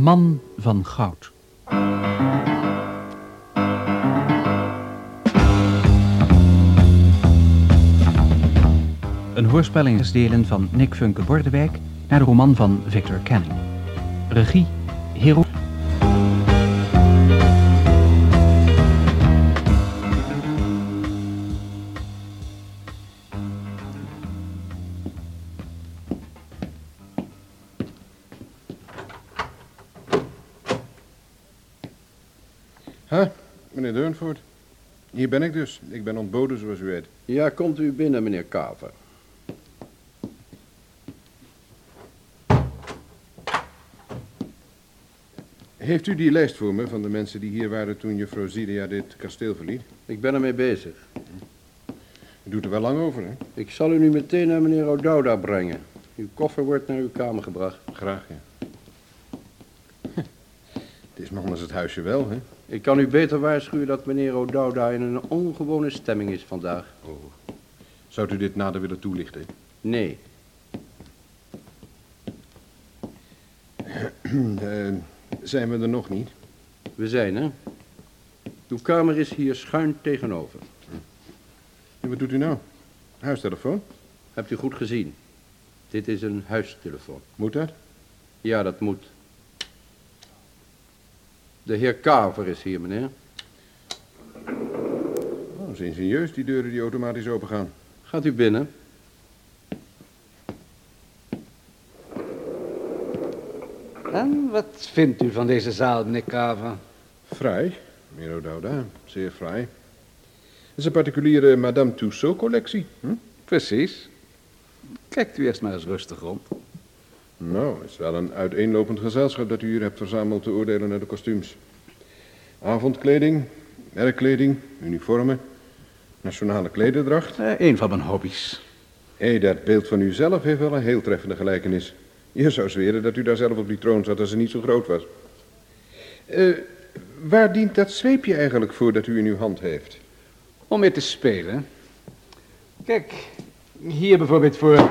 Man van goud. Een hoorspelling in 6 delen van Nick Funke Bordewijk naar de roman van Victor Canning. Regie, Hero. Meneer Durnford. Hier ben ik dus. Ik ben ontboden, zoals u weet. Ja, komt u binnen, meneer Kaver. Heeft u die lijst voor me van de mensen die hier waren toen juffrouw Zilia dit kasteel verliet? Ik ben ermee bezig. U doet er wel lang over, hè? Ik zal u nu meteen naar meneer O'Dowda brengen. Uw koffer wordt naar uw kamer gebracht. Graag, ja. Het is nog eens het huisje wel, hè? Ik kan u beter waarschuwen dat meneer O'Dowda in een ongewone stemming is vandaag. Oh. Zou u dit nader willen toelichten? Nee. Zijn we er nog niet? We zijn, hè? Uw kamer is hier schuin tegenover. En wat doet u nou? Huistelefoon? Hebt u goed gezien? Dit is een huistelefoon. Moet dat? Ja, dat moet. De heer Kaver is hier, meneer. Oh, dat is ingenieus, die deuren die automatisch opengaan. Gaat u binnen. En wat vindt u van deze zaal, meneer Kaver? Fraai, meneer O'Dowda. Zeer fraai. Het is een particuliere Madame Tussaud-collectie. Precies. Kijkt u eerst maar eens rustig rond. Nou, het is wel een uiteenlopend gezelschap dat u hier hebt verzameld te oordelen naar de kostuums. Avondkleding, werkkleding, uniformen, nationale klederdracht. Een van mijn hobby's. Dat beeld van u zelf heeft wel een heel treffende gelijkenis. Je zou zweren dat u daar zelf op die troon zat als ze niet zo groot was. Waar dient dat zweepje eigenlijk voor dat u in uw hand heeft? Om mee te spelen. Kijk, hier bijvoorbeeld voor.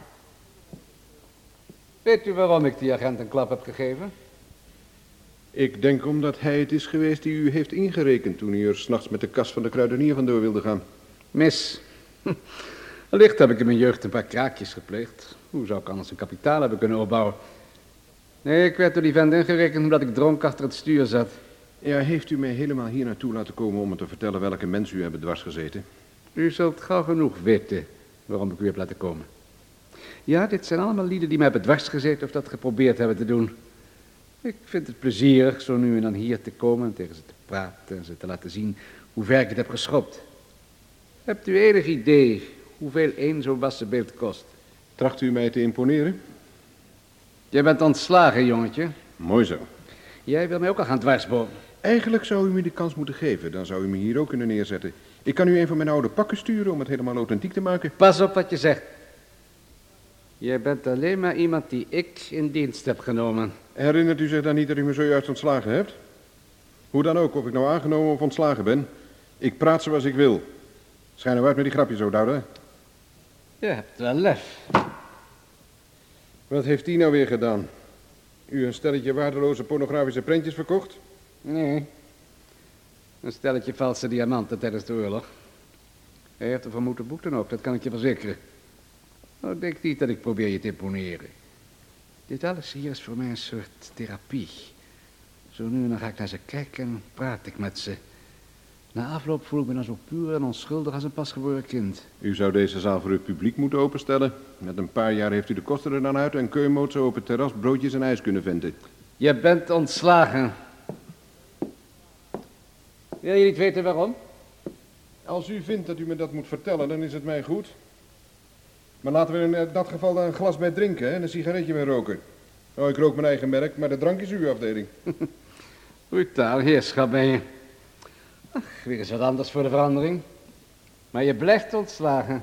Weet u waarom ik die agent een klap heb gegeven? Ik denk omdat hij het is geweest die u heeft ingerekend toen u er 's nachts met de kas van de kruidenier vandoor wilde gaan. Mis. Wellicht heb ik in mijn jeugd een paar kraakjes gepleegd. Hoe zou ik anders een kapitaal hebben kunnen opbouwen? Nee, ik werd door die vent ingerekend omdat ik dronk achter het stuur zat. Ja, heeft u mij helemaal hier naartoe laten komen om me te vertellen welke mensen u hebben dwars gezeten? U zult gauw genoeg weten waarom ik u heb laten komen. Ja, dit zijn allemaal lieden die mij hebben dwars gezeten of dat geprobeerd hebben te doen. Ik vind het plezierig zo nu en dan hier te komen en tegen ze te praten en ze te laten zien hoe ver ik het heb geschopt. Hebt u enig idee hoeveel één zo'n wassenbeeld kost? Tracht u mij te imponeren? Jij bent ontslagen, jongetje. Mooi zo. Jij wil mij ook al gaan dwarsbomen. Eigenlijk zou u me die kans moeten geven, dan zou u me hier ook kunnen neerzetten. Ik kan u een van mijn oude pakken sturen om het helemaal authentiek te maken. Pas op wat je zegt. Jij bent alleen maar iemand die ik in dienst heb genomen. Herinnert u zich dan niet dat u me zojuist ontslagen hebt? Hoe dan ook, of ik nou aangenomen of ontslagen ben. Ik praat zoals ik wil. Schijn nou uit met die grapjes, O'Dowda. Je hebt wel lef. Wat heeft die nou weer gedaan? U een stelletje waardeloze pornografische prentjes verkocht? Nee. Een stelletje valse diamanten tijdens de oorlog. Hij heeft ervan moeten boeten ook, dat kan ik je verzekeren. Nou, denk niet dat ik probeer je te imponeren. Dit alles hier is voor mij een soort therapie. Zo nu en dan ga ik naar ze kijken en praat ik met ze. Na afloop voel ik me dan zo puur en onschuldig als een pasgeboren kind. U zou deze zaal voor het publiek moeten openstellen. Met een paar jaar heeft u de kosten er dan uit en Keurmoot zou op het terras broodjes en ijs kunnen venten. Je bent ontslagen. Wil je niet weten waarom? Als u vindt dat u me dat moet vertellen, dan is het mij goed. Maar laten we in dat geval dan een glas bij drinken hè, en een sigaretje bij roken. Oh, ik rook mijn eigen merk, maar de drank is uw afdeling. Brutaal heerschap ben je. Ach, weer eens wat anders voor de verandering. Maar je blijft ontslagen.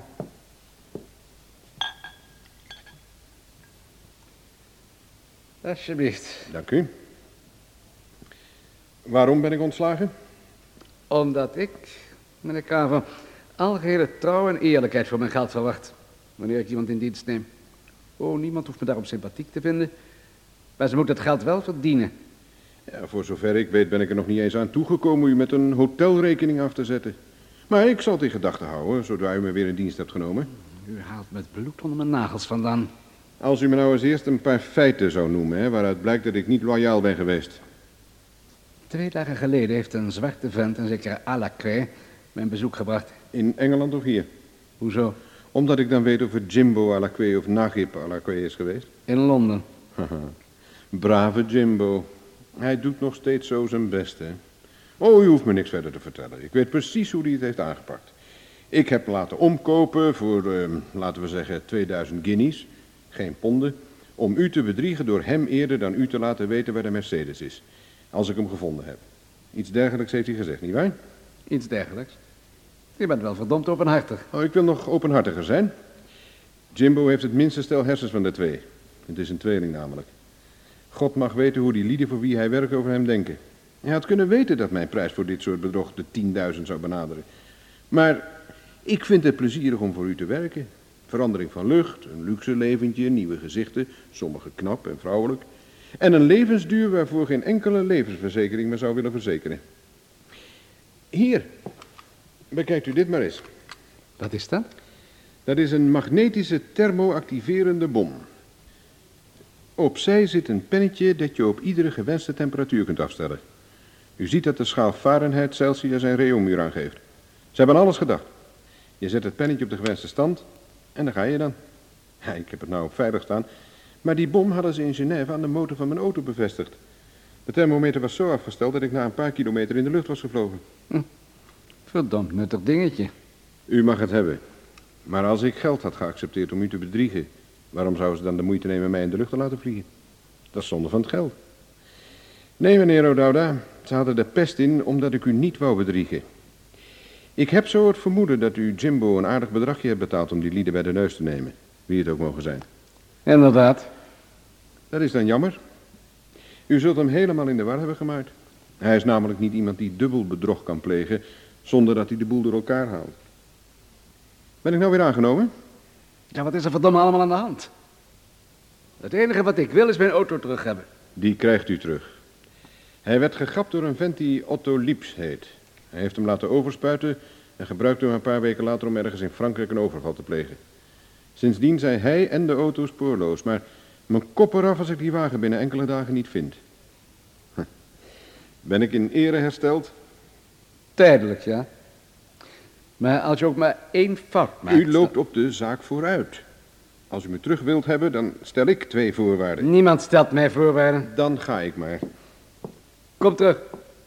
Alsjeblieft. Dank u. Waarom ben ik ontslagen? Omdat ik, meneer Kaver, algehele trouw en eerlijkheid voor mijn geld verwacht. Wanneer ik iemand in dienst neem. Oh, niemand hoeft me daarom sympathiek te vinden. Maar ze moeten het geld wel verdienen. Ja, voor zover ik weet ben ik er nog niet eens aan toegekomen u met een hotelrekening af te zetten. Maar ik zal het in gedachten houden, zodra u me weer in dienst hebt genomen. U haalt met bloed onder mijn nagels vandaan. Als u me nou eens eerst een paar feiten zou noemen, hè, waaruit blijkt dat ik niet loyaal ben geweest. 2 dagen geleden heeft een zwarte vent, een zekere Alakwe, mijn bezoek gebracht. In Engeland of hier? Hoezo? Omdat ik dan weet of het Jimbo Alakwe of Nagib Alakwe is geweest. In Londen. Haha, brave Jimbo. Hij doet nog steeds zo zijn best, hè. Oh, u hoeft me niks verder te vertellen. Ik weet precies hoe hij het heeft aangepakt. Ik heb laten omkopen voor, laten we zeggen, 2000 guineas. Geen ponden. Om u te bedriegen door hem eerder dan u te laten weten waar de Mercedes is. Als ik hem gevonden heb. Iets dergelijks heeft hij gezegd, nietwaar? Iets dergelijks. Je bent wel verdomd openhartig. Oh, ik wil nog openhartiger zijn. Jimbo heeft het minste stel hersens van de twee. Het is een tweeling namelijk. God mag weten hoe die lieden voor wie hij werkt over hem denken. Hij had kunnen weten dat mijn prijs voor dit soort bedrog de 10.000 zou benaderen. Maar ik vind het plezierig om voor u te werken. Verandering van lucht, een luxe leventje, nieuwe gezichten, sommige knap en vrouwelijk. En een levensduur waarvoor geen enkele levensverzekering me zou willen verzekeren. Hier, bekijkt u dit maar eens. Wat is dat? Dat is een magnetische thermoactiverende bom. Opzij zit een pennetje dat je op iedere gewenste temperatuur kunt afstellen. U ziet dat de schaal Fahrenheit, Celsius en Reaumur aangeeft. Ze hebben alles gedacht. Je zet het pennetje op de gewenste stand en daar ga je dan. Ja, ik heb het nou op veilig staan, maar die bom hadden ze in Genève aan de motor van mijn auto bevestigd. De thermometer was zo afgesteld dat ik na een paar kilometer in de lucht was gevlogen. Verdomd nuttig dingetje. U mag het hebben. Maar als ik geld had geaccepteerd om u te bedriegen, waarom zouden ze dan de moeite nemen mij in de lucht te laten vliegen? Dat is zonde van het geld. Nee, meneer O'Dowda, ze hadden de pest in omdat ik u niet wou bedriegen. Ik heb zo het vermoeden dat u Jimbo een aardig bedragje hebt betaald om die lieden bij de neus te nemen. Wie het ook mogen zijn. Inderdaad. Dat is dan jammer. U zult hem helemaal in de war hebben gemaakt. Hij is namelijk niet iemand die dubbel bedrog kan plegen zonder dat hij de boel door elkaar haalt. Ben ik nou weer aangenomen? Ja, wat is er verdomme allemaal aan de hand? Het enige wat ik wil is mijn auto terug hebben. Die krijgt u terug. Hij werd gegrapt door een vent die Otto Lips heet. Hij heeft hem laten overspuiten en gebruikte hem een paar weken later om ergens in Frankrijk een overval te plegen. Sindsdien zijn hij en de auto spoorloos, maar mijn kop eraf als ik die wagen binnen enkele dagen niet vind. Ben ik in ere hersteld? Tijdelijk, ja. Maar als je ook maar 1 fout maakt... U loopt op de zaak vooruit. Als u me terug wilt hebben, dan stel ik 2 voorwaarden. Niemand stelt mij voorwaarden. Dan ga ik maar. Kom terug.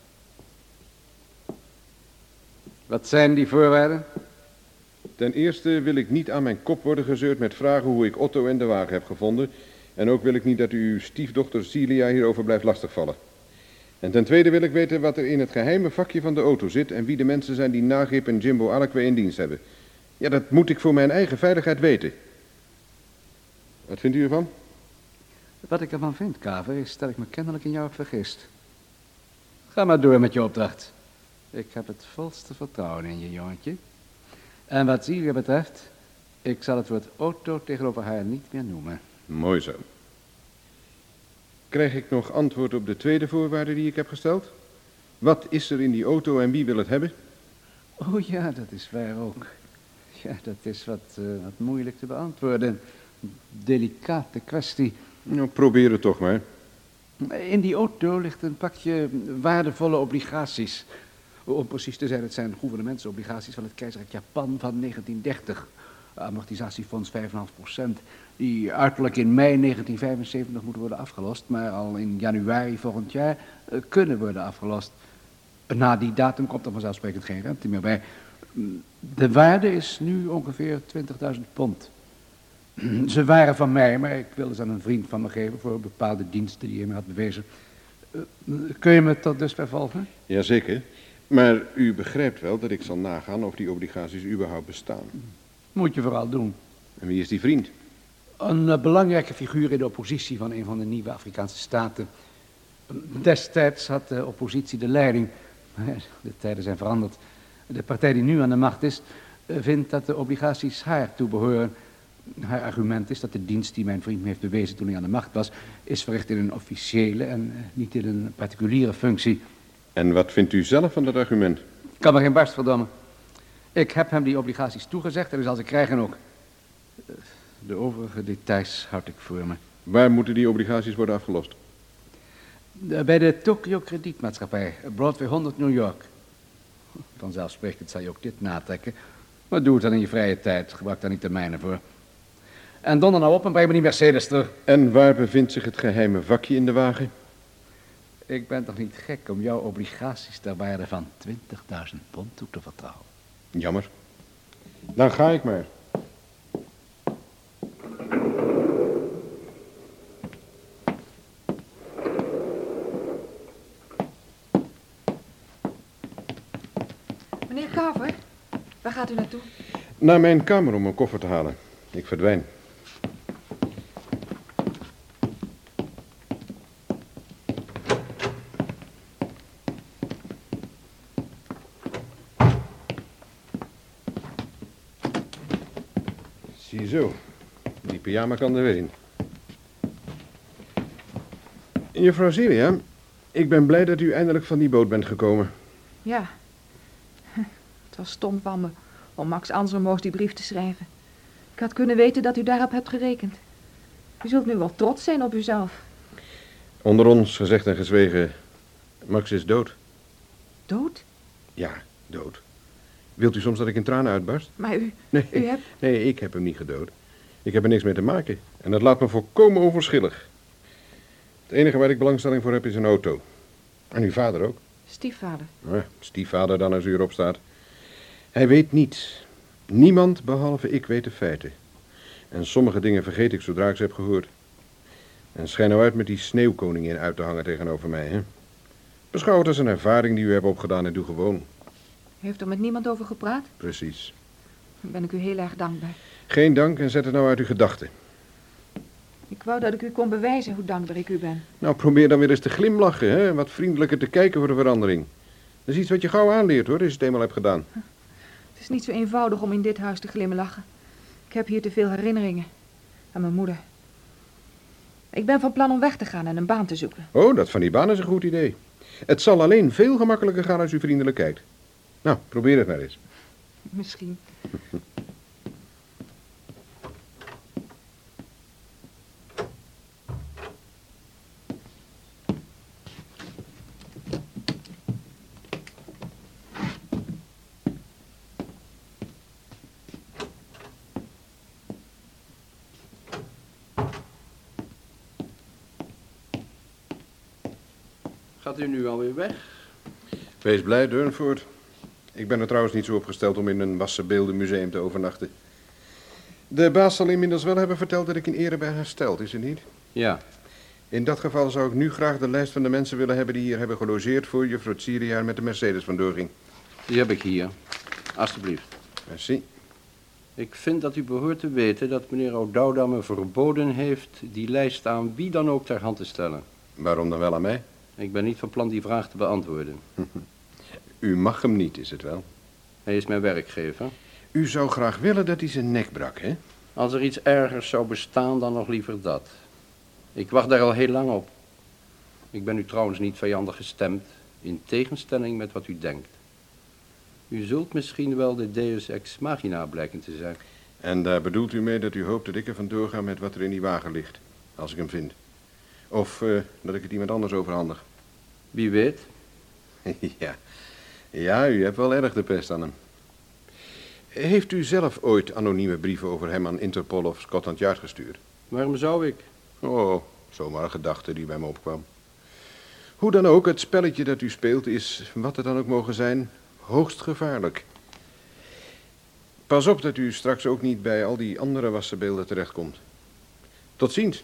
Wat zijn die voorwaarden? Ten eerste wil ik niet aan mijn kop worden gezeurd met vragen hoe ik Otto en de wagen heb gevonden. En ook wil ik niet dat u uw stiefdochter Celia hierover blijft lastigvallen. En ten tweede wil ik weten wat er in het geheime vakje van de auto zit en wie de mensen zijn die Nagib en Jimbo Alakwe in dienst hebben. Ja, dat moet ik voor mijn eigen veiligheid weten. Wat vindt u ervan? Wat ik ervan vind, Kaver, is dat ik me kennelijk in jou heb vergist. Ga maar door met je opdracht. Ik heb het volste vertrouwen in je, jongetje. En wat Celia betreft, ik zal het woord auto tegenover haar niet meer noemen. Mooi zo. Krijg ik nog antwoord op de tweede voorwaarde die ik heb gesteld? Wat is er in die auto en wie wil het hebben? Oh ja, dat is waar ook. Ja, dat is wat moeilijk te beantwoorden. Delicate kwestie. Nou, probeer het toch maar. In die auto ligt een pakje waardevolle obligaties. Om precies te zijn, het zijn gouvernementsobligaties van het keizerrijk Japan van 1930. Amortisatiefonds 5,5%. Die uiterlijk in mei 1975 moeten worden afgelost, maar al in januari volgend jaar kunnen worden afgelost. Na die datum komt er vanzelfsprekend geen rente meer bij. De waarde is nu ongeveer 20.000 pond. Ze waren van mij, maar ik wilde ze aan een vriend van me geven voor bepaalde diensten die hij me had bewezen. Kun je me tot dusver volgen? Jazeker. Maar u begrijpt wel dat ik zal nagaan of die obligaties überhaupt bestaan. Moet je vooral doen. En wie is die vriend? Een belangrijke figuur in de oppositie van een van de nieuwe Afrikaanse staten. Destijds had de oppositie de leiding. De tijden zijn veranderd. De partij die nu aan de macht is, vindt dat de obligaties haar toebehoren. Haar argument is dat de dienst die mijn vriend me heeft bewezen toen hij aan de macht was, is verricht in een officiële en niet in een particuliere functie. En wat vindt u zelf van dat argument? Kan me geen barst verdammen. Ik heb hem die obligaties toegezegd en die zal ze krijgen ook. De overige details houd ik voor me. Waar moeten die obligaties worden afgelost? Bij de Tokyo Kredietmaatschappij, Broadway 100 New York. Vanzelfsprekend zal je ook dit natrekken. Maar doe het dan in je vrije tijd. Gebruik daar niet de mijne voor. En donder nou op en breng me die Mercedes terug. En waar bevindt zich het geheime vakje in de wagen? Ik ben toch niet gek om jouw obligaties ter waarde van 20.000 pond toe te vertrouwen. Jammer. Dan ga ik maar. Meneer Carver, waar gaat u naartoe? Naar mijn kamer om mijn koffer te halen. Ik verdwijn. Ziezo, die pyjama kan er weer in. Juffrouw Celia, ik ben blij dat u eindelijk van die boot bent gekomen. Ja, het was stom van me om Max Anselmoos die brief te schrijven. Ik had kunnen weten dat u daarop hebt gerekend. U zult nu wel trots zijn op uzelf. Onder ons gezegd en gezwegen, Max is dood. Dood? Ja, dood. Wilt u soms dat ik in tranen uitbarst? Maar u hebt... Nee, ik heb hem niet gedood. Ik heb er niks mee te maken. En dat laat me volkomen onverschillig. Het enige waar ik belangstelling voor heb is een auto. En uw vader ook. Stiefvader. Ja, stiefvader dan als u erop staat. Hij weet niets. Niemand behalve ik weet de feiten. En sommige dingen vergeet ik zodra ik ze heb gehoord. En schijn nou uit met die sneeuwkoningin uit te hangen tegenover mij, hè. Beschouw het als een ervaring die u hebt opgedaan en doe gewoon. U heeft er met niemand over gepraat? Precies. Dan ben ik u heel erg dankbaar. Geen dank en zet het nou uit uw gedachten. Ik wou dat ik u kon bewijzen hoe dankbaar ik u ben. Nou, probeer dan weer eens te glimlachen, hè. Wat vriendelijker te kijken voor de verandering. Dat is iets wat je gauw aanleert, hoor, als je het eenmaal hebt gedaan. Het is niet zo eenvoudig om in dit huis te glimlachen. Ik heb hier te veel herinneringen aan mijn moeder. Ik ben van plan om weg te gaan en een baan te zoeken. Oh, dat van die baan is een goed idee. Het zal alleen veel gemakkelijker gaan als u vriendelijk kijkt. Nou, probeer het maar eens. Misschien. Gaat u nu alweer weg? Wees blij, Durnford. Ik ben er trouwens niet zo opgesteld om in een wassenbeeldenmuseum te overnachten. De baas zal inmiddels wel hebben verteld dat ik in ere ben hersteld, is het niet? Ja. In dat geval zou ik nu graag de lijst van de mensen willen hebben die hier hebben gelogeerd voor juffrouw Celia met de Mercedes vandoor ging. Die heb ik hier. Alsjeblieft. Merci. Ik vind dat u behoort te weten dat meneer O'Dowda me verboden heeft die lijst aan wie dan ook ter hand te stellen. Waarom dan wel aan mij? Ik ben niet van plan die vraag te beantwoorden. U mag hem niet, is het wel? Hij is mijn werkgever. U zou graag willen dat hij zijn nek brak, hè? Als er iets ergers zou bestaan, dan nog liever dat. Ik wacht daar al heel lang op. Ik ben u trouwens niet vijandig gestemd, in tegenstelling met wat u denkt. U zult misschien wel de deus ex machina blijken te zijn. En daar bedoelt u mee dat u hoopt dat ik er vandoor ga met wat er in die wagen ligt, als ik hem vind. Of dat ik het iemand anders overhandig. Wie weet. Ja, u hebt wel erg de pest aan hem. Heeft u zelf ooit anonieme brieven over hem aan Interpol of Scotland Yard gestuurd? Waarom zou ik? Oh, zomaar een gedachte die bij me opkwam. Hoe dan ook, het spelletje dat u speelt is, wat het dan ook mogen zijn, hoogst gevaarlijk. Pas op dat u straks ook niet bij al die andere wassenbeelden terechtkomt. Tot ziens.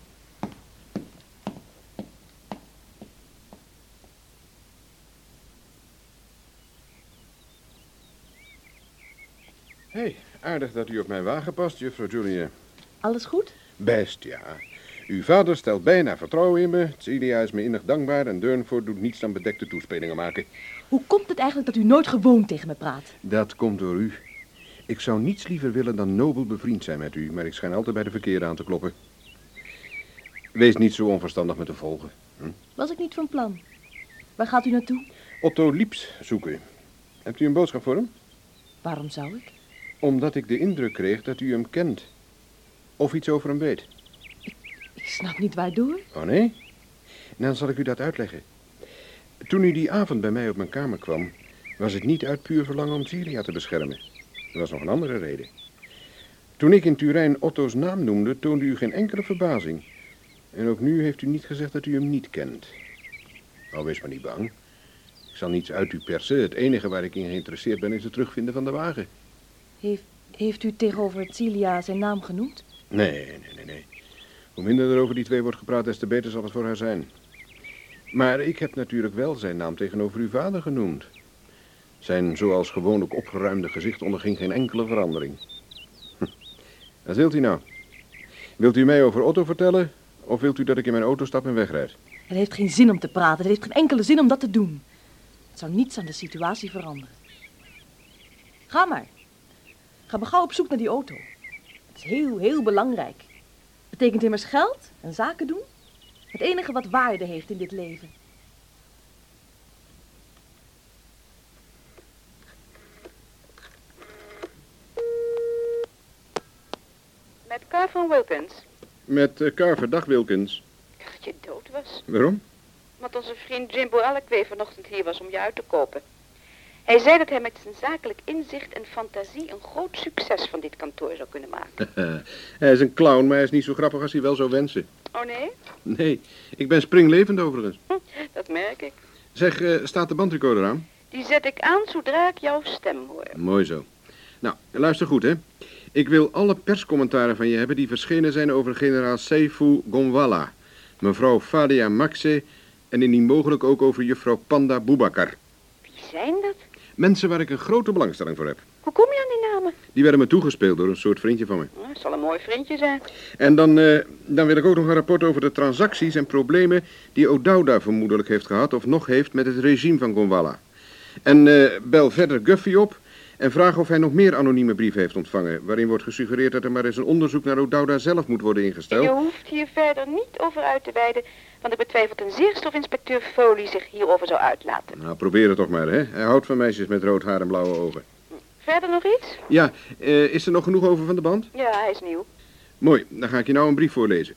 Hé, aardig dat u op mijn wagen past, juffrouw Julia. Alles goed? Best, ja. Uw vader stelt bijna vertrouwen in me. Celia is me innig dankbaar en Durnford doet niets dan bedekte toespelingen maken. Hoe komt het eigenlijk dat u nooit gewoon tegen me praat? Dat komt door u. Ik zou niets liever willen dan nobel bevriend zijn met u, maar ik schijn altijd bij de verkeerde aan te kloppen. Wees niet zo onverstandig me te volgen. Was ik niet van plan. Waar gaat u naartoe? Otto Lieps zoeken. Hebt u een boodschap voor hem? Waarom zou ik? Omdat ik de indruk kreeg dat u hem kent. Of iets over hem weet. Ik snap niet waardoor. Oh nee? Dan zal ik u dat uitleggen. Toen u die avond bij mij op mijn kamer kwam, was het niet uit puur verlangen om Celia te beschermen. Er was nog een andere reden. Toen ik in Turijn Otto's naam noemde, toonde u geen enkele verbazing. En ook nu heeft u niet gezegd dat u hem niet kent. Nou, wees maar niet bang. Ik zal niets uit u persen. Het enige waar ik in geïnteresseerd ben is het terugvinden van de wagen. Heeft u tegenover Celia zijn naam genoemd? Nee. Hoe minder er over die twee wordt gepraat, des te beter zal het voor haar zijn. Maar ik heb natuurlijk wel zijn naam tegenover uw vader genoemd. Zijn zoals gewoonlijk opgeruimde gezicht onderging geen enkele verandering. Wat wilt u nou? Wilt u mij over Otto vertellen? Of wilt u dat ik in mijn auto stap en wegrijd? Het heeft geen zin om te praten. Het heeft geen enkele zin om dat te doen. Het zou niets aan de situatie veranderen. Ga maar. Ga maar gauw op zoek naar die auto. Het is heel belangrijk. Het betekent immers geld en zaken doen. Het enige wat waarde heeft in dit leven. Met Carver Wilkins. Met Carver, dag Wilkins. Ik dacht dat je dood was. Waarom? Want onze vriend Jimbo Alekwe vanochtend hier was om je uit te kopen. Hij zei dat hij met zijn zakelijk inzicht en fantasie een groot succes van dit kantoor zou kunnen maken. Hij is een clown, maar hij is niet zo grappig als hij wel zou wensen. Oh nee? Nee, ik ben springlevend overigens. Dat merk ik. Zeg, staat de bandrecorder aan? Die zet ik aan zodra ik jouw stem hoor. Mooi zo. Nou, luister goed, hè. Ik wil alle perscommentaren van je hebben die verschenen zijn over generaal Seifu Gonwala, mevrouw Fadia Maxe en indien mogelijk ook over juffrouw Panda Boubacar. Wie zijn dat? Mensen waar ik een grote belangstelling voor heb. Hoe kom je aan die namen? Die werden me toegespeeld door een soort vriendje van me. Nou, het zal een mooi vriendje zijn. En dan wil ik ook nog een rapport over de transacties en problemen die O'Dowda vermoedelijk heeft gehad of nog heeft met het regime van Gonwala. En bel verder Guffy op en vraag of hij nog meer anonieme brieven heeft ontvangen, waarin wordt gesuggereerd dat er maar eens een onderzoek naar O'Dowda zelf moet worden ingesteld. Je hoeft hier verder niet over uit te wijden, want ik betwijfel ten zeerste of inspecteur Foley zich hierover zou uitlaten. Nou, probeer het toch maar, hè. Hij houdt van meisjes met rood haar en blauwe ogen. Verder nog iets? Ja, is er nog genoeg over van de band? Ja, hij is nieuw. Mooi, dan ga ik je nou een brief voorlezen.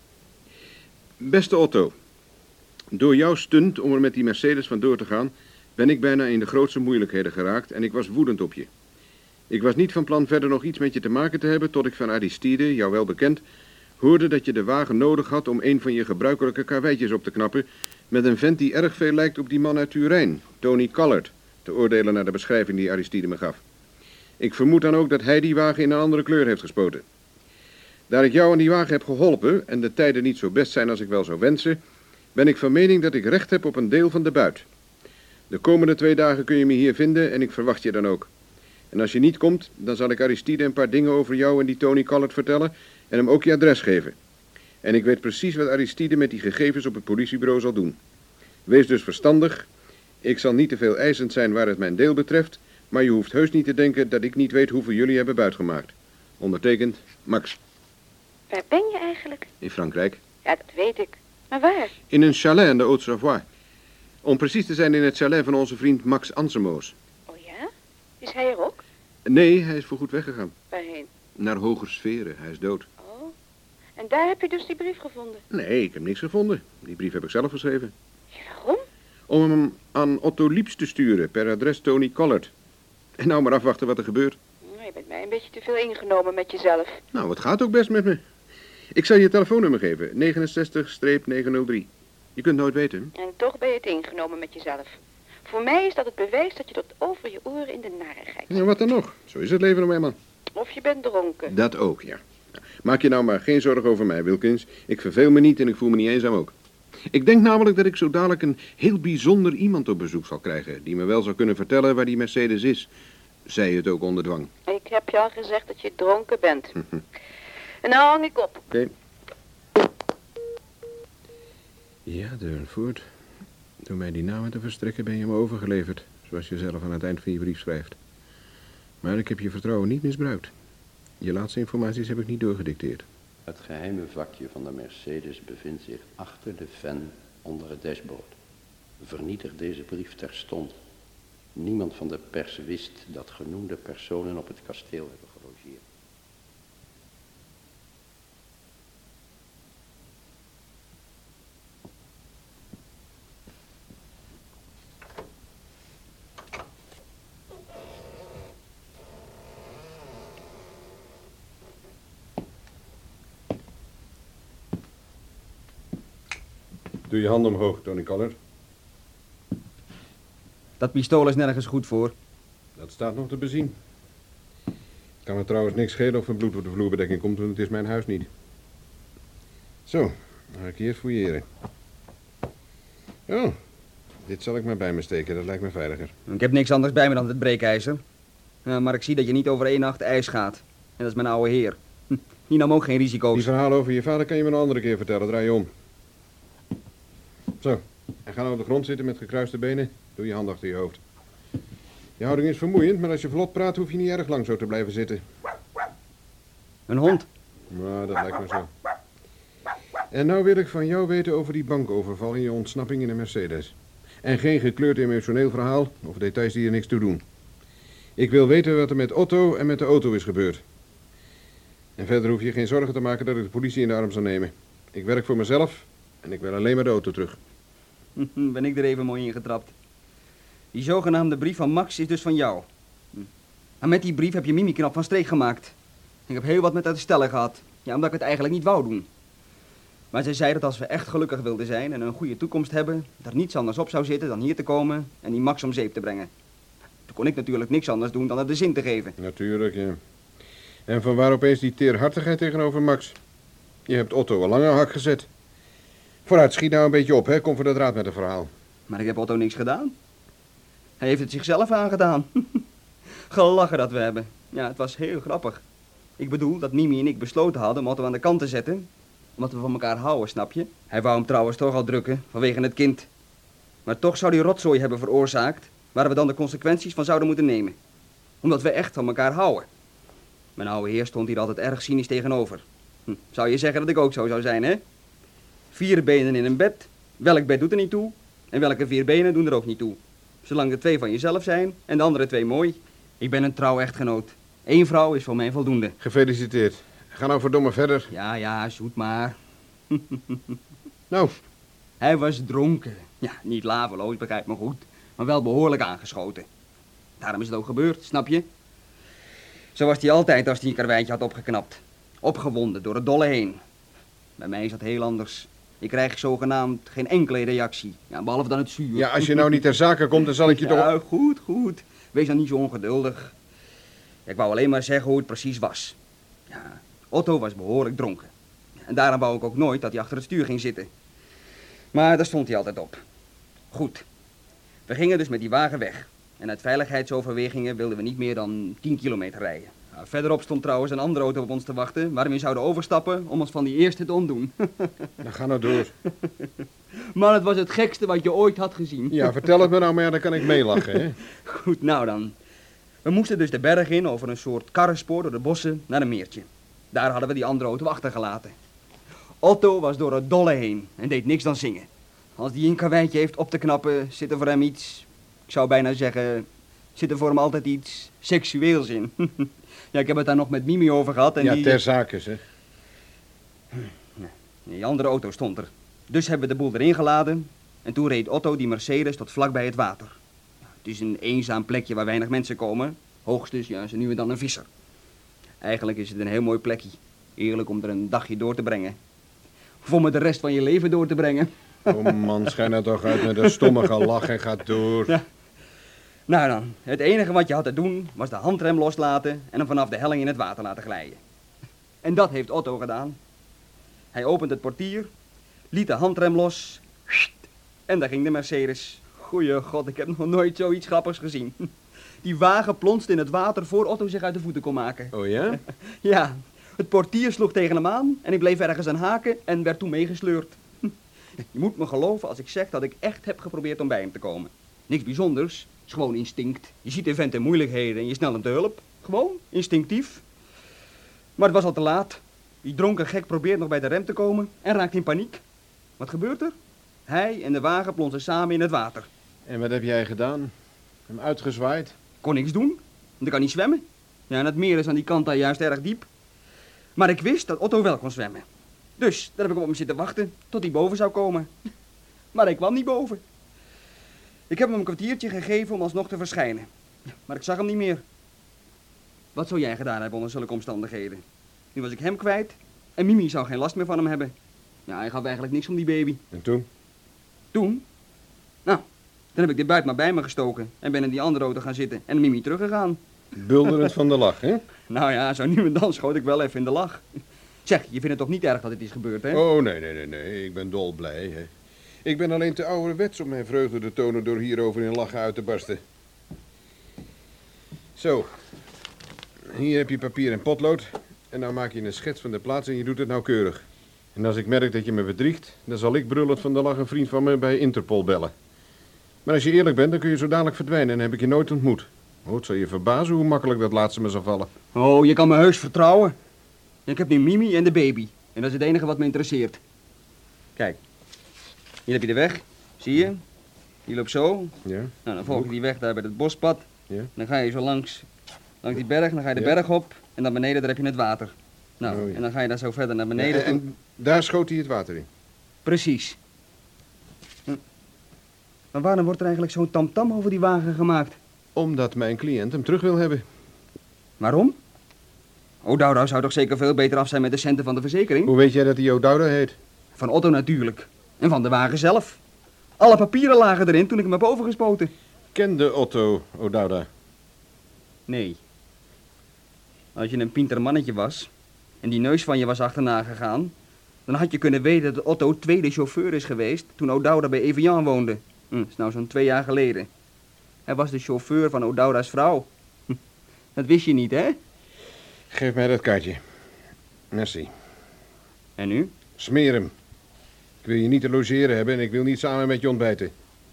Beste Otto, door jouw stunt om er met die Mercedes vandoor te gaan, ben ik bijna in de grootste moeilijkheden geraakt en ik was woedend op je. Ik was niet van plan verder nog iets met je te maken te hebben tot ik van Aristide, jou wel bekend, hoorde dat je de wagen nodig had om een van je gebruikelijke karweitjes op te knappen met een vent die erg veel lijkt op die man uit Turijn, Tony Collard, te oordelen naar de beschrijving die Aristide me gaf. Ik vermoed dan ook dat hij die wagen in een andere kleur heeft gespoten. Daar ik jou aan die wagen heb geholpen en de tijden niet zo best zijn als ik wel zou wensen, ben ik van mening dat ik recht heb op een deel van de buit. De komende 2 dagen kun je me hier vinden en ik verwacht je dan ook. En als je niet komt, dan zal ik Aristide een paar dingen over jou en die Tony Collard vertellen en hem ook je adres geven. En ik weet precies wat Aristide met die gegevens op het politiebureau zal doen. Wees dus verstandig. Ik zal niet te veel eisend zijn waar het mijn deel betreft, maar je hoeft heus niet te denken dat ik niet weet hoeveel jullie hebben buitgemaakt. Ondertekend, Max. Waar ben je eigenlijk? In Frankrijk. Ja, dat weet ik. Maar waar? In een chalet aan de Haute-Savoie. Om precies te zijn in het chalet van onze vriend Max Ansemoos. Oh ja? Is hij er ook? Nee, hij is voorgoed weggegaan. Waarheen? Naar hoger sferen, hij is dood. Oh. En daar heb je dus die brief gevonden? Nee, ik heb niks gevonden. Die brief heb ik zelf geschreven. Ja, waarom? Om hem aan Otto Lieps te sturen, per adres Tony Collard. En nou maar afwachten wat er gebeurt. Nou, je bent mij een beetje te veel ingenomen met jezelf. Nou, het gaat ook best met me. Ik zal je telefoonnummer geven, 69-903. Je kunt nooit weten. En toch ben je het ingenomen met jezelf. Voor mij is dat het bewijs dat je tot over je oren in de narigheid zit. Ja, wat dan nog? Zo is het leven nog eenmaal. Of je bent dronken. Dat ook, ja. Maak je nou maar geen zorgen over mij, Wilkins. Ik verveel me niet en ik voel me niet eenzaam ook. Ik denk namelijk dat ik zo dadelijk een heel bijzonder iemand op bezoek zal krijgen, die me wel zou kunnen vertellen waar die Mercedes is. Zij het ook onder dwang. Ik heb je al gezegd dat je dronken bent. En nou hang ik op. Oké. Ja, Durnford. Door mij die namen te verstrekken ben je me overgeleverd, zoals je zelf aan het eind van je brief schrijft. Maar ik heb je vertrouwen niet misbruikt. Je laatste informaties heb ik niet doorgedicteerd. Het geheime vakje van de Mercedes bevindt zich achter de fan onder het dashboard. Vernietig deze brief terstond. Niemand van de pers wist dat genoemde personen op het kasteel hebben gelogeerd. Doe je hand omhoog, Tony Collard. Dat pistool is nergens goed voor. Dat staat nog te bezien. Het kan me trouwens niks schelen of er bloed op de vloerbedekking komt, want het is mijn huis niet. Zo, dan ga ik hier fouilleren. Oh, dit zal ik maar bij me steken, dat lijkt me veiliger. Ik heb niks anders bij me dan het breekijzer. Maar ik zie dat je niet over 1 nacht ijs gaat. En dat is mijn oude heer. Die nam ook geen risico's. Die verhalen over je vader kan je me een andere keer vertellen, draai je om. Zo, en ga nou op de grond zitten met gekruiste benen. Doe je hand achter je hoofd. Je houding is vermoeiend, maar als je vlot praat hoef je niet erg lang zo te blijven zitten. Een hond? Nou, dat lijkt me zo. En nou wil ik van jou weten over die bankoverval en je ontsnapping in een Mercedes. En geen gekleurd emotioneel verhaal of details die er niks toe doen. Ik wil weten wat er met Otto en met de auto is gebeurd. En verder hoef je geen zorgen te maken dat ik de politie in de arm zal nemen. Ik werk voor mezelf en ik wil alleen maar de auto terug. Ben ik er even mooi ingetrapt. Die zogenaamde brief van Max is dus van jou. En met die brief heb je Mimi knap van streek gemaakt. Ik heb heel wat met haar te stellen gehad. Ja, omdat ik het eigenlijk niet wou doen. Maar zij zei dat als we echt gelukkig wilden zijn en een goede toekomst hebben, dat er niets anders op zou zitten dan hier te komen en die Max om zeep te brengen. Toen kon ik natuurlijk niks anders doen dan het de zin te geven. Natuurlijk, ja. En vanwaar opeens die teerhartigheid tegenover Max? Je hebt Otto al lang aan hak gezet. Vooruit, schiet nou een beetje op, hè. Kom voor de draad met het verhaal. Maar ik heb Otto niks gedaan. Hij heeft het zichzelf aangedaan. Gelachen dat we hebben. Ja, het was heel grappig. Ik bedoel dat Mimi en ik besloten hadden om Otto aan de kant te zetten. Omdat we van elkaar houden, snap je? Hij wou hem trouwens toch al drukken, vanwege het kind. Maar toch zou die rotzooi hebben veroorzaakt, waar we dan de consequenties van zouden moeten nemen. Omdat we echt van elkaar houden. Mijn oude heer stond hier altijd erg cynisch tegenover. Zou je zeggen dat ik ook zo zou zijn, hè? 4 benen in een bed, welk bed doet er niet toe? En welke 4 benen doen er ook niet toe? Zolang er 2 van jezelf zijn en de andere 2 mooi. Ik ben een trouw echtgenoot. 1 vrouw is voor mij voldoende. Gefeliciteerd. Ga nou verdomme verder. Ja, zoet maar. Nou. Hij was dronken. Ja, niet laveloos, begrijp me goed. Maar wel behoorlijk aangeschoten. Daarom is het ook gebeurd, snap je? Zo was hij altijd als hij een karweitje had opgeknapt. Opgewonden door het dolle heen. Bij mij is dat heel anders. Ik krijg zogenaamd geen enkele reactie. Ja, behalve dan het zuur. Ja, als je nou niet ter zake komt, dan zal ik je toch... Ja, goed. Wees dan niet zo ongeduldig. Ik wou alleen maar zeggen hoe het precies was. Ja, Otto was behoorlijk dronken. En daarom wou ik ook nooit dat hij achter het stuur ging zitten. Maar daar stond hij altijd op. Goed. We gingen dus met die wagen weg. En uit veiligheidsoverwegingen wilden we niet meer dan 10 kilometer rijden. Nou, verderop stond trouwens een andere auto op ons te wachten, waar we zouden overstappen om ons van die eerste te ontdoen. Dan ga nou door. Man, het was het gekste wat je ooit had gezien. Ja, vertel het me nou maar, dan kan ik meelachen, hè. Goed, nou dan. We moesten dus de berg in over een soort karrenspoor door de bossen naar een meertje. Daar hadden we die andere auto achtergelaten. Otto was door het dolle heen en deed niks dan zingen. Als die een karweitje heeft op te knappen, zit er voor hem iets, ik zou bijna zeggen, zit er voor hem altijd iets seksueels in. Ja, ik heb het daar nog met Mimi over gehad en ja, die... ter zake, zeg. Die andere auto stond er. Dus hebben we de boel erin geladen en toen reed Otto die Mercedes tot vlak bij het water. Het is een eenzaam plekje waar weinig mensen komen. Hoogstens, ja, zo nu en dan een visser. Eigenlijk is het een heel mooi plekje. Eerlijk om er een dagje door te brengen. Of om er de rest van je leven door te brengen. Oh man, schijn nou toch uit met een stomme gelach en ga door. Ja. Nou dan, het enige wat je had te doen was de handrem loslaten en hem vanaf de helling in het water laten glijden. En dat heeft Otto gedaan. Hij opent het portier, liet de handrem los en daar ging de Mercedes. Goeie god, ik heb nog nooit zoiets grappigs gezien. Die wagen plonste in het water voor Otto zich uit de voeten kon maken. Oh ja? Ja, het portier sloeg tegen hem aan en ik bleef ergens aan haken en werd toen meegesleurd. Je moet me geloven als ik zeg dat ik echt heb geprobeerd om bij hem te komen. Niks bijzonders, is gewoon instinct. Je ziet een vent in moeilijkheden en je snelt hem te hulp. Gewoon, instinctief. Maar het was al te laat. Die dronken gek probeert nog bij de rem te komen en raakt in paniek. Wat gebeurt er? Hij en de wagen plonsen samen in het water. En wat heb jij gedaan? Hem uitgezwaaid? Kon niks doen, want ik kan niet zwemmen. Ja, en het meer is aan die kant daar juist erg diep. Maar ik wist dat Otto wel kon zwemmen. Dus daar heb ik op hem zitten wachten tot hij boven zou komen. Maar hij kwam niet boven. Ik heb hem een kwartiertje gegeven om alsnog te verschijnen. Maar ik zag hem niet meer. Wat zou jij gedaan hebben onder zulke omstandigheden? Nu was ik hem kwijt en Mimi zou geen last meer van hem hebben. Ja, hij gaf eigenlijk niks om die baby. En toen? Toen? Nou, dan heb ik de buit maar bij me gestoken en ben in die andere auto gaan zitten en Mimi teruggegaan. Bulderend van de lach, hè? Nou ja, zo nu en dan schoot ik wel even in de lach. Zeg, je vindt het toch niet erg dat dit is gebeurd, hè? Oh, nee. Ik ben dolblij, hè. Ik ben alleen te ouderwets om mijn vreugde te tonen door hierover in lachen uit te barsten. Zo. Hier heb je papier en potlood. En nou maak je een schets van de plaats en je doet het nauwkeurig. En als ik merk dat je me bedriegt, dan zal ik brullend van de lach een vriend van me bij Interpol bellen. Maar als je eerlijk bent, dan kun je zo dadelijk verdwijnen en heb ik je nooit ontmoet. Oh, het zal je verbazen hoe makkelijk dat laatste me zal vallen. Oh, je kan me heus vertrouwen. Ik heb nu Mimi en de baby. En dat is het enige wat me interesseert. Kijk. Hier heb je de weg. Zie je? Die loopt zo. Ja. Nou, dan volg je die weg daar bij het bospad. Ja. Dan ga je zo langs die berg. Dan ga je de berg op. En dan beneden, daar heb je het water. Nou, Oh, ja. en dan ga je daar zo verder naar beneden. Ja, en daar schoot hij het water in. Precies. Maar waarom wordt er eigenlijk zo'n tamtam over die wagen gemaakt? Omdat mijn cliënt hem terug wil hebben. Waarom? O'Dowda zou toch zeker veel beter af zijn met de centen van de verzekering? Hoe weet jij dat hij O'Dowda heet? Van Otto natuurlijk. En van de wagen zelf. Alle papieren lagen erin toen ik hem heb overgespoten. Kende Otto O'Dowda? Nee. Als je een pinter mannetje was en die neus van je was achterna gegaan, dan had je kunnen weten dat Otto tweede chauffeur is geweest toen O'Dowda bij Evian woonde. Dat is nou zo'n 2 jaar geleden. Hij was de chauffeur van O'Dowda's vrouw. Dat wist je niet, hè? Geef mij dat kaartje. Merci. En nu? Smeer hem. Ik wil je niet te logeren hebben en ik wil niet samen met je ontbijten.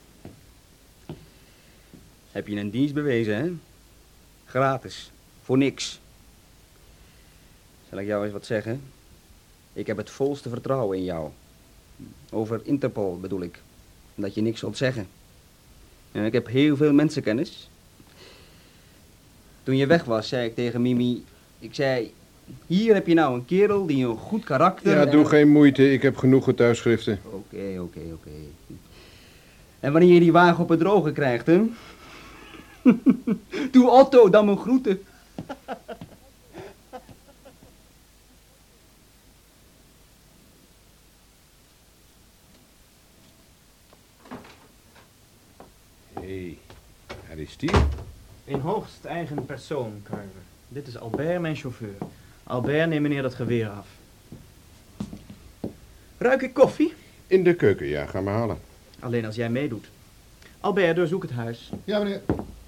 Heb je een dienst bewezen, hè? Gratis. Voor niks. Zal ik jou eens wat zeggen? Ik heb het volste vertrouwen in jou. Over Interpol bedoel ik. Dat je niks zult zeggen. En ik heb heel veel mensenkennis. Toen je weg was, zei ik tegen Mimi... Ik zei, hier heb je nou een kerel die een goed karakter... Ja, doe geen moeite. Ik heb genoeg getuigschriften. Oké. En wanneer je die wagen op het droge krijgt, hè? Doe Otto dan mijn groeten. Hé, Aristide? In hoogst eigen persoon, Carver. Dit is Albert, mijn chauffeur. Albert, neem meneer dat geweer af. Ruik ik koffie? In de keuken, ja. Ga maar halen. Alleen als jij meedoet. Albert, doorzoek het huis. Ja, meneer.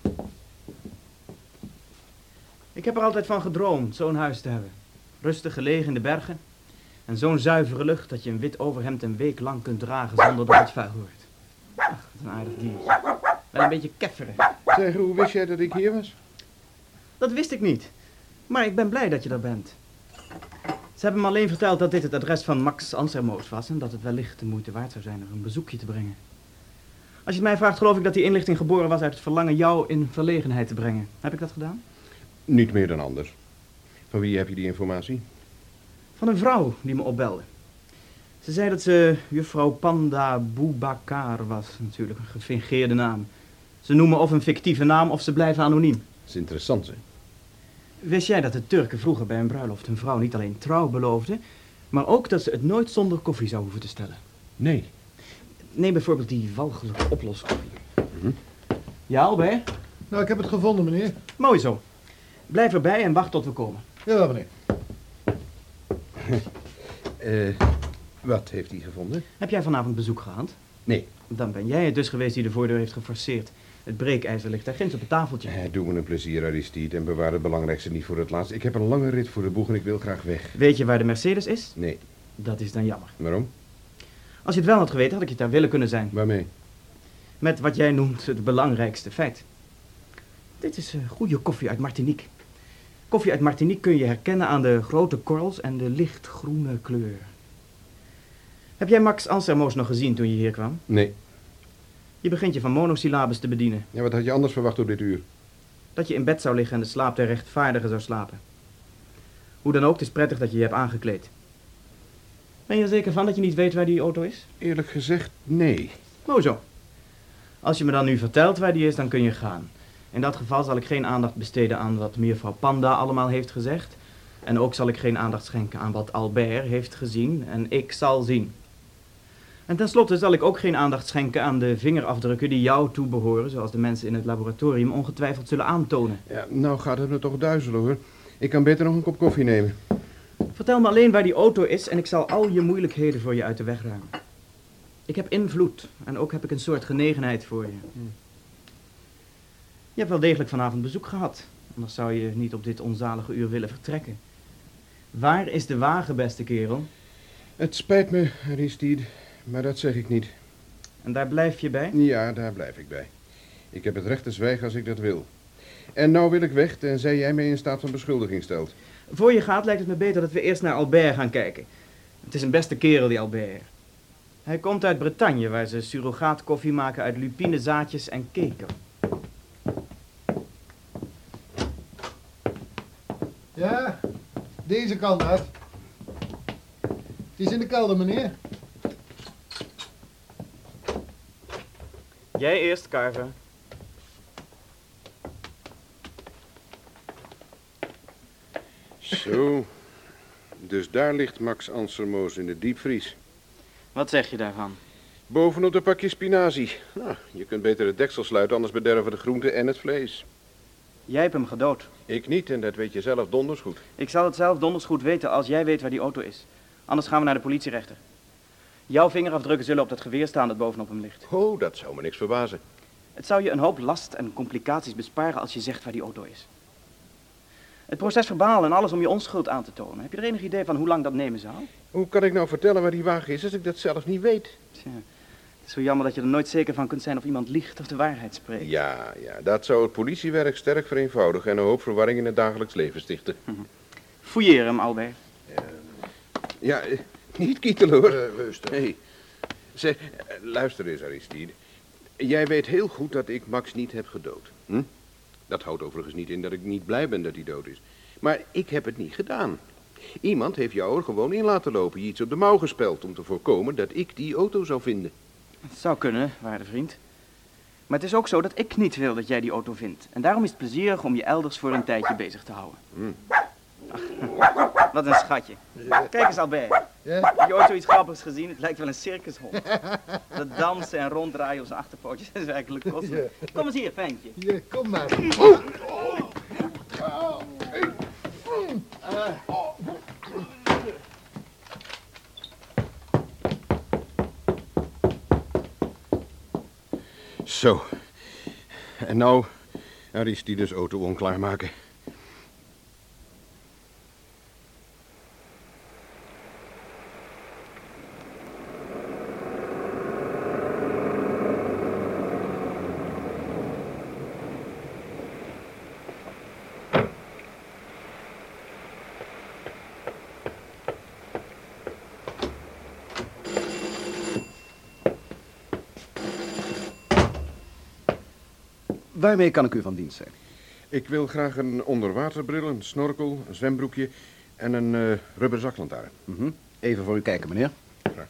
Ik heb er altijd van gedroomd zo'n huis te hebben. Rustig gelegen in de bergen. En zo'n zuivere lucht dat je een wit overhemd een week lang kunt dragen zonder dat het vuil wordt. Ach, wat een aardig diertje. Wel een beetje kefferig. Zeg, hoe wist jij dat ik hier was? Dat wist ik niet. Maar ik ben blij dat je er bent. Ze hebben me alleen verteld dat dit het adres van Max Ansermoos was en dat het wellicht de moeite waard zou zijn er een bezoekje te brengen. Als je het mij vraagt, geloof ik dat die inlichting geboren was uit het verlangen jou in verlegenheid te brengen. Heb ik dat gedaan? Niet meer dan anders. Van wie heb je die informatie? Van een vrouw die me opbelde. Ze zei dat ze juffrouw Panda Boubacar was, natuurlijk een gefingeerde naam. Ze noemen of een fictieve naam of ze blijven anoniem. Dat is interessant, hè? Wist jij dat de Turken vroeger bij een bruiloft een vrouw niet alleen trouw beloofden, maar ook dat ze het nooit zonder koffie zou hoeven te stellen? Nee. Neem bijvoorbeeld die walgelijke oploskoffie. Ja, Albert? Nou, ik heb het gevonden, meneer. Mooi zo. Blijf erbij en wacht tot we komen. Ja, meneer. Wat heeft hij gevonden? Heb jij vanavond bezoek gehad? Nee. Dan ben jij het dus geweest die de voordeur heeft geforceerd. Het breekijzer ligt daar ginds op het tafeltje. Doe me een plezier, Aristide, en bewaar het belangrijkste niet voor het laatst. Ik heb een lange rit voor de boeg en ik wil graag weg. Weet je waar de Mercedes is? Nee. Dat is dan jammer. Waarom? Als je het wel had geweten, had ik je daar willen kunnen zijn. Waarmee? Met wat jij noemt het belangrijkste feit. Dit is goede koffie uit Martinique. Koffie uit Martinique kun je herkennen aan de grote korrels en de lichtgroene kleur. Heb jij Max Ansermoos nog gezien toen je hier kwam? Nee. Je begint je van monosyllabes te bedienen. Ja, wat had je anders verwacht op dit uur? Dat je in bed zou liggen en de slaap der rechtvaardigen zou slapen. Hoe dan ook, het is prettig dat je je hebt aangekleed. Ben je er zeker van dat je niet weet waar die auto is? Eerlijk gezegd, nee. Oh zo. Als je me dan nu vertelt waar die is, dan kun je gaan. In dat geval zal ik geen aandacht besteden aan wat mevrouw Panda allemaal heeft gezegd. En ook zal ik geen aandacht schenken aan wat Albert heeft gezien en ik zal zien. En tenslotte zal ik ook geen aandacht schenken aan de vingerafdrukken die jou toebehoren, zoals de mensen in het laboratorium ongetwijfeld zullen aantonen. Ja, nou gaat het me toch duizelen, hoor. Ik kan beter nog een kop koffie nemen. Vertel me alleen waar die auto is en ik zal al je moeilijkheden voor je uit de weg ruimen. Ik heb invloed en ook heb ik een soort genegenheid voor je. Je hebt wel degelijk vanavond bezoek gehad, anders zou je niet op dit onzalige uur willen vertrekken. Waar is de wagen, beste kerel? Het spijt me, Aristide, maar dat zeg ik niet. En daar blijf je bij? Ja, daar blijf ik bij. Ik heb het recht te zwijgen als ik dat wil. En nou wil ik weg, tenzij jij mij in staat van beschuldiging stelt. Voor je gaat lijkt het me beter dat we eerst naar Albert gaan kijken. Het is een beste kerel, die Albert. Hij komt uit Bretagne, waar ze surrogaatkoffie maken uit lupinezaadjes en kekel. Ja, deze kant uit. Het is in de kelder, meneer. Jij eerst, Carver. Zo, dus daar ligt Max Ansermoos in de diepvries. Wat zeg je daarvan? Bovenop de pakje spinazie. Nou, je kunt beter het deksel sluiten, anders bederven de groente en het vlees. Jij hebt hem gedood. Ik niet, en dat weet je zelf donders goed. Ik zal het zelf donders goed weten als jij weet waar die auto is. Anders gaan we naar de politierechter. Jouw vingerafdrukken zullen op dat geweer staan dat bovenop hem ligt. Oh, dat zou me niks verbazen. Het zou je een hoop last en complicaties besparen als je zegt waar die auto is. Het proces verbaal en alles om je onschuld aan te tonen. Heb je er enig idee van hoe lang dat nemen zou? Hoe kan ik nou vertellen waar die wagen is als ik dat zelf niet weet? Tja, het is zo jammer dat je er nooit zeker van kunt zijn of iemand liegt of de waarheid spreekt. Ja, dat zou het politiewerk sterk vereenvoudigen en een hoop verwarring in het dagelijks leven stichten. Fouilleer hem, Albert. Ja, niet kietelen hoor. Rustig. Hey. Zeg, luister eens Aristide. Jij weet heel goed dat ik Max niet heb gedood. Hm? Dat houdt overigens niet in dat ik niet blij ben dat hij dood is. Maar ik heb het niet gedaan. Iemand heeft jou er gewoon in laten lopen, je iets op de mouw gespeld om te voorkomen dat ik die auto zou vinden. Het zou kunnen, waarde vriend. Maar het is ook zo dat ik niet wil dat jij die auto vindt. En daarom is het plezierig om je elders voor een tijdje bezig te houden. Ach, wat een schatje. Kijk eens, Albert. Ja? Heb je ooit zoiets grappigs gezien? Het lijkt wel een circushond. Dat dansen en ronddraaien op zijn achterpootjes is werkelijk kostelijk. Kom eens hier, ventje. Ja, kom maar. Zo. En nou Aristides auto onklaar maken. Waarmee kan ik u van dienst zijn? Ik wil graag een onderwaterbril, een snorkel, een zwembroekje en een rubber zaklantaarn. Even voor u kijken, meneer. Graag.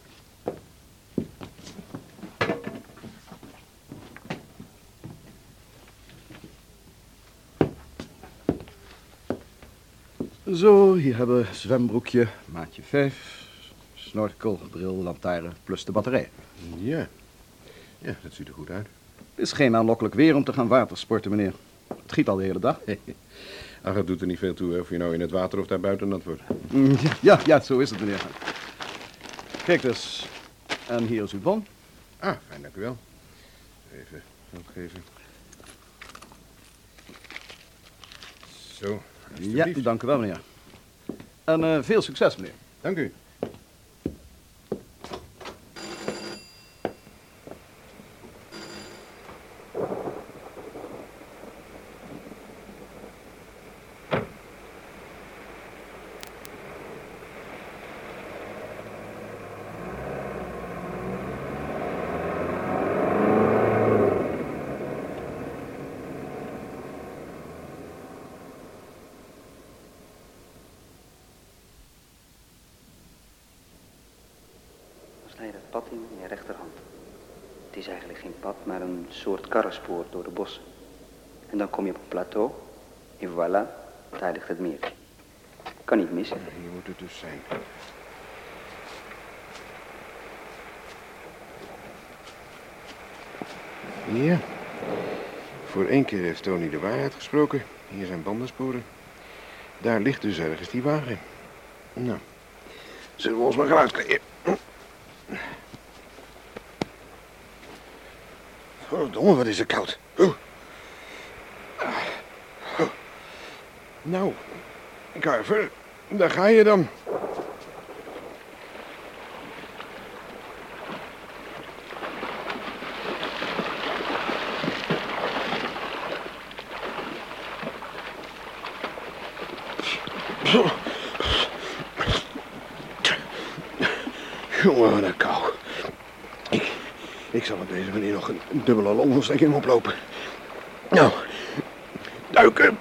Zo, hier hebben we zwembroekje, maatje 5, snorkel, bril, lantaarn plus de batterij. Ja, dat ziet er goed uit. Het is geen aanlokkelijk weer om te gaan watersporten, meneer. Het giet al de hele dag. Ach, het doet er niet veel toe, hè, of je nou in het water of daar buiten nat wordt. Ja, zo is het, meneer. Kijk dus. En hier is uw bon. Ah, fijn, dank u wel. Even geld geven. Zo, Ja, dank u wel, meneer. En veel succes, meneer. Dank u. Snijd het pad in je rechterhand. Het is eigenlijk geen pad, maar een soort karrenspoor door de bossen. En dan kom je op een plateau. En voilà, daar ligt het meer. Kan niet missen. Hier moet het dus zijn. Ja. Voor 1 keer heeft Tony de waarheid gesproken. Hier zijn bandensporen. Daar ligt dus ergens die wagen. Nou, zullen we ons maar gaan uitkleden. Verdomme, wat is het koud. Nou, Carver, daar ga je dan. Jongen, wat een kou. Ik zal op deze manier nog een dubbele longontsteking oplopen. Nou, duiken.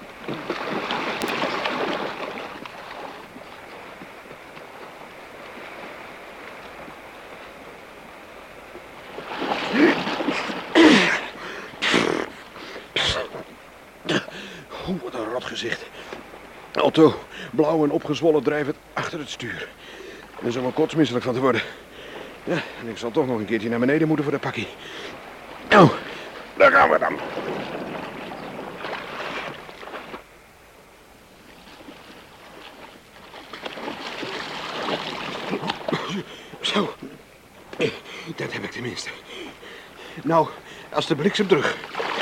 Wat een rot gezicht. Otto, blauw en opgezwollen drijvend achter het stuur. Er zal wel kotsmisselijk van te worden. Ja, en ik zal toch nog een keertje naar beneden moeten voor de pakkie. Nou, daar gaan we dan. Zo, dat heb ik tenminste. Nou, als de bliksem terug.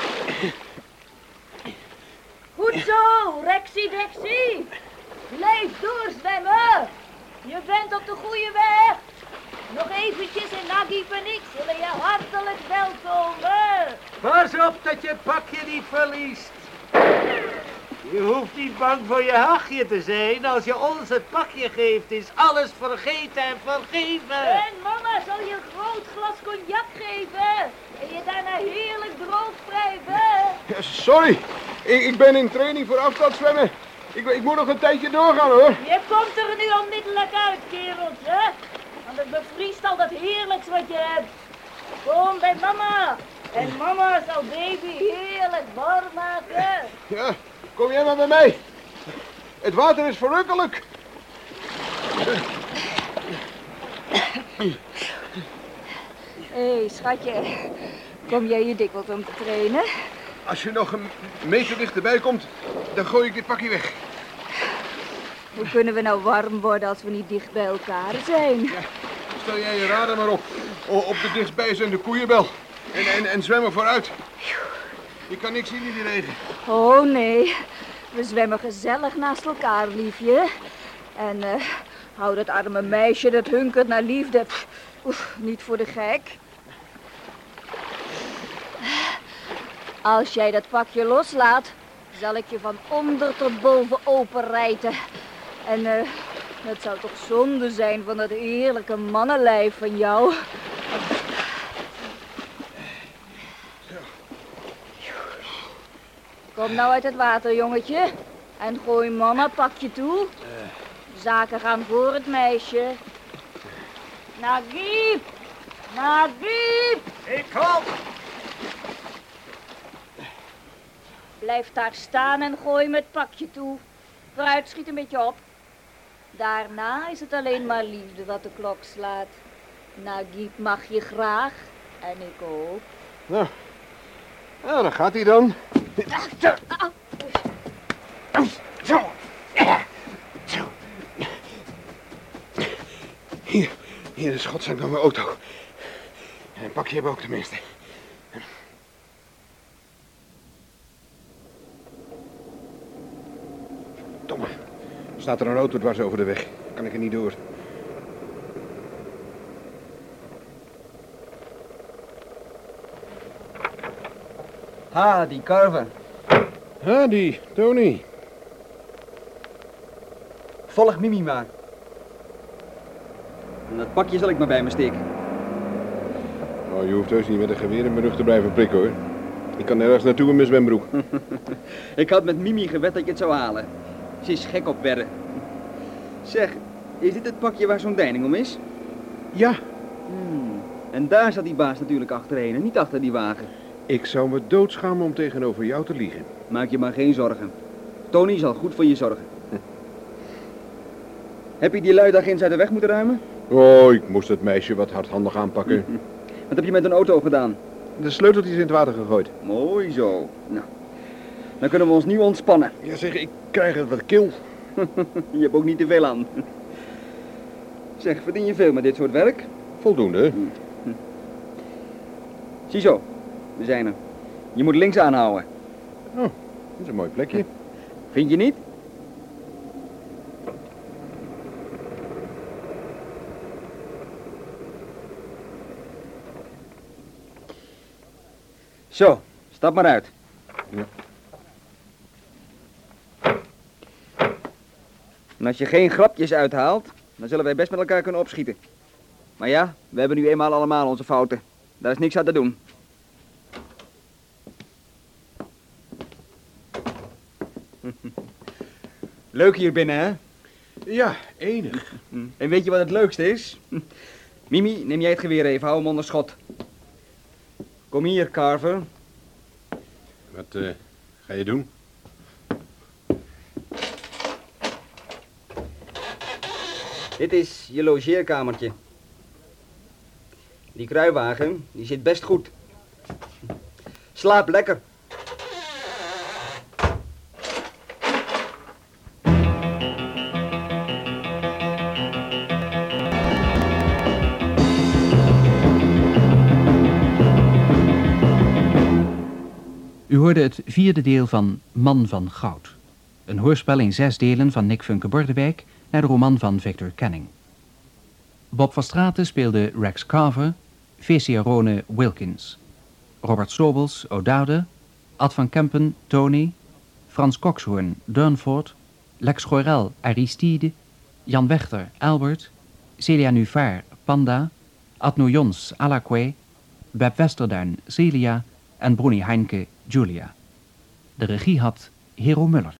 Goed zo, Rexie Dexie. Blijf doorzwemmen. Je bent op de goede weg. Nog eventjes en Nagib en ik zullen je hartelijk welkomen. Pas op dat je het pakje niet verliest. Je hoeft niet bang voor je hachje te zijn. Als je ons het pakje geeft, is alles vergeten en vergeven. En mama zal je een groot glas cognac geven. En je daarna heerlijk droog wrijven. Ja, sorry, ik ben in training voor afstandszwemmen. Ik moet nog een tijdje doorgaan, hoor. Je komt er nu onmiddellijk uit, kereltje. Want het bevriest al dat heerlijks wat je hebt. Kom bij mama. En mama zal baby heerlijk warm maken. Ja, kom jij maar bij mij. Het water is verrukkelijk. Hé, schatje. Kom jij hier dikwijls om te trainen? Als je nog een meter dichterbij komt, dan gooi ik dit pakje weg. Hoe kunnen we nou warm worden als we niet dicht bij elkaar zijn? Ja, stel jij je radar maar op. Op de dichtstbijzijnde koeienbel. En zwemmen vooruit. Je kan niks zien in die regen. Oh nee, we zwemmen gezellig naast elkaar, liefje. En hou dat arme meisje dat hunkert naar liefde. Niet voor de gek. Als jij dat pakje loslaat, zal ik je van onder tot boven openrijten. En het zou toch zonde zijn van dat heerlijke mannenlijf van jou. Kom nou uit het water, jongetje. En gooi mama het pakje toe. Zaken gaan voor het meisje. Nagib! Nagib! Ik kom! Blijf daar staan en gooi me het pakje toe. Vooruit, schiet een beetje op. Daarna is het alleen maar liefde wat de klok slaat. Nagib mag je graag. En ik ook. Nou, daar gaat hij dan. Zo. Hier is godzijdank nog mijn auto. En een pakje hebben we ook tenminste. Domme. Staat er een auto dwars over de weg. Kan ik er niet door. Ha, die Carver. Ha, die Tony. Volg Mimi maar. En dat pakje zal ik maar bij me steken. Oh, je hoeft heus niet met een geweer in mijn rug te blijven prikken, hoor. Ik kan nergens naartoe in mijn zwembroek. Ik had met Mimi gewed dat je het zou halen. Ze is gek op wedden. Zeg, is dit het pakje waar zo'n deining om is? Ja, En daar zat die baas natuurlijk achterheen en niet achter die wagen. Ik zou me doodschamen om tegenover jou te liegen. Maak je maar geen zorgen. Tony zal goed voor je zorgen. Heb je die lui daar ginds uit de weg moeten ruimen? Oh, ik moest het meisje wat hardhandig aanpakken. Wat heb je met een auto gedaan? De sleuteltjes in het water gegooid. Mooi zo. Nou, dan kunnen we ons nu ontspannen. Ja zeg, ik krijg het wat kil. Je hebt ook niet te veel aan. Zeg, verdien je veel met dit soort werk? Voldoende. Ziezo, we zijn er. Je moet links aanhouden. Oh, dat is een mooi plekje. Vind je niet? Zo, stap maar uit. Ja. En als je geen grapjes uithaalt, dan zullen wij best met elkaar kunnen opschieten. Maar ja, we hebben nu eenmaal allemaal onze fouten. Daar is niks aan te doen. Leuk hier binnen, hè? Ja, enig. En weet je wat het leukste is? Mimi, neem jij het geweer even, hou hem onder schot. Kom hier, Carver. Wat ga je doen? Dit is je logeerkamertje. Die kruiwagen, die zit best goed. Slaap lekker. U hoorde het 4e deel van Man van Goud. Een hoorspel in 6 delen van Nick Funke Bordewijk naar de roman van Victor Canning. Bob van Straten speelde Rex Carver, Veciarone Wilkins. Robert Sobels, O'Dowd, Ad van Kempen, Tony, Frans Coxhoorn, Durnford, Lex Gorel, Aristide, Jan Wechter, Albert, Celia Nuvaar, Panda, Adno Jons, Alakwe, Beb Westerduin, Celia en Bruni Heinke, Julia. De regie had Hero Muller.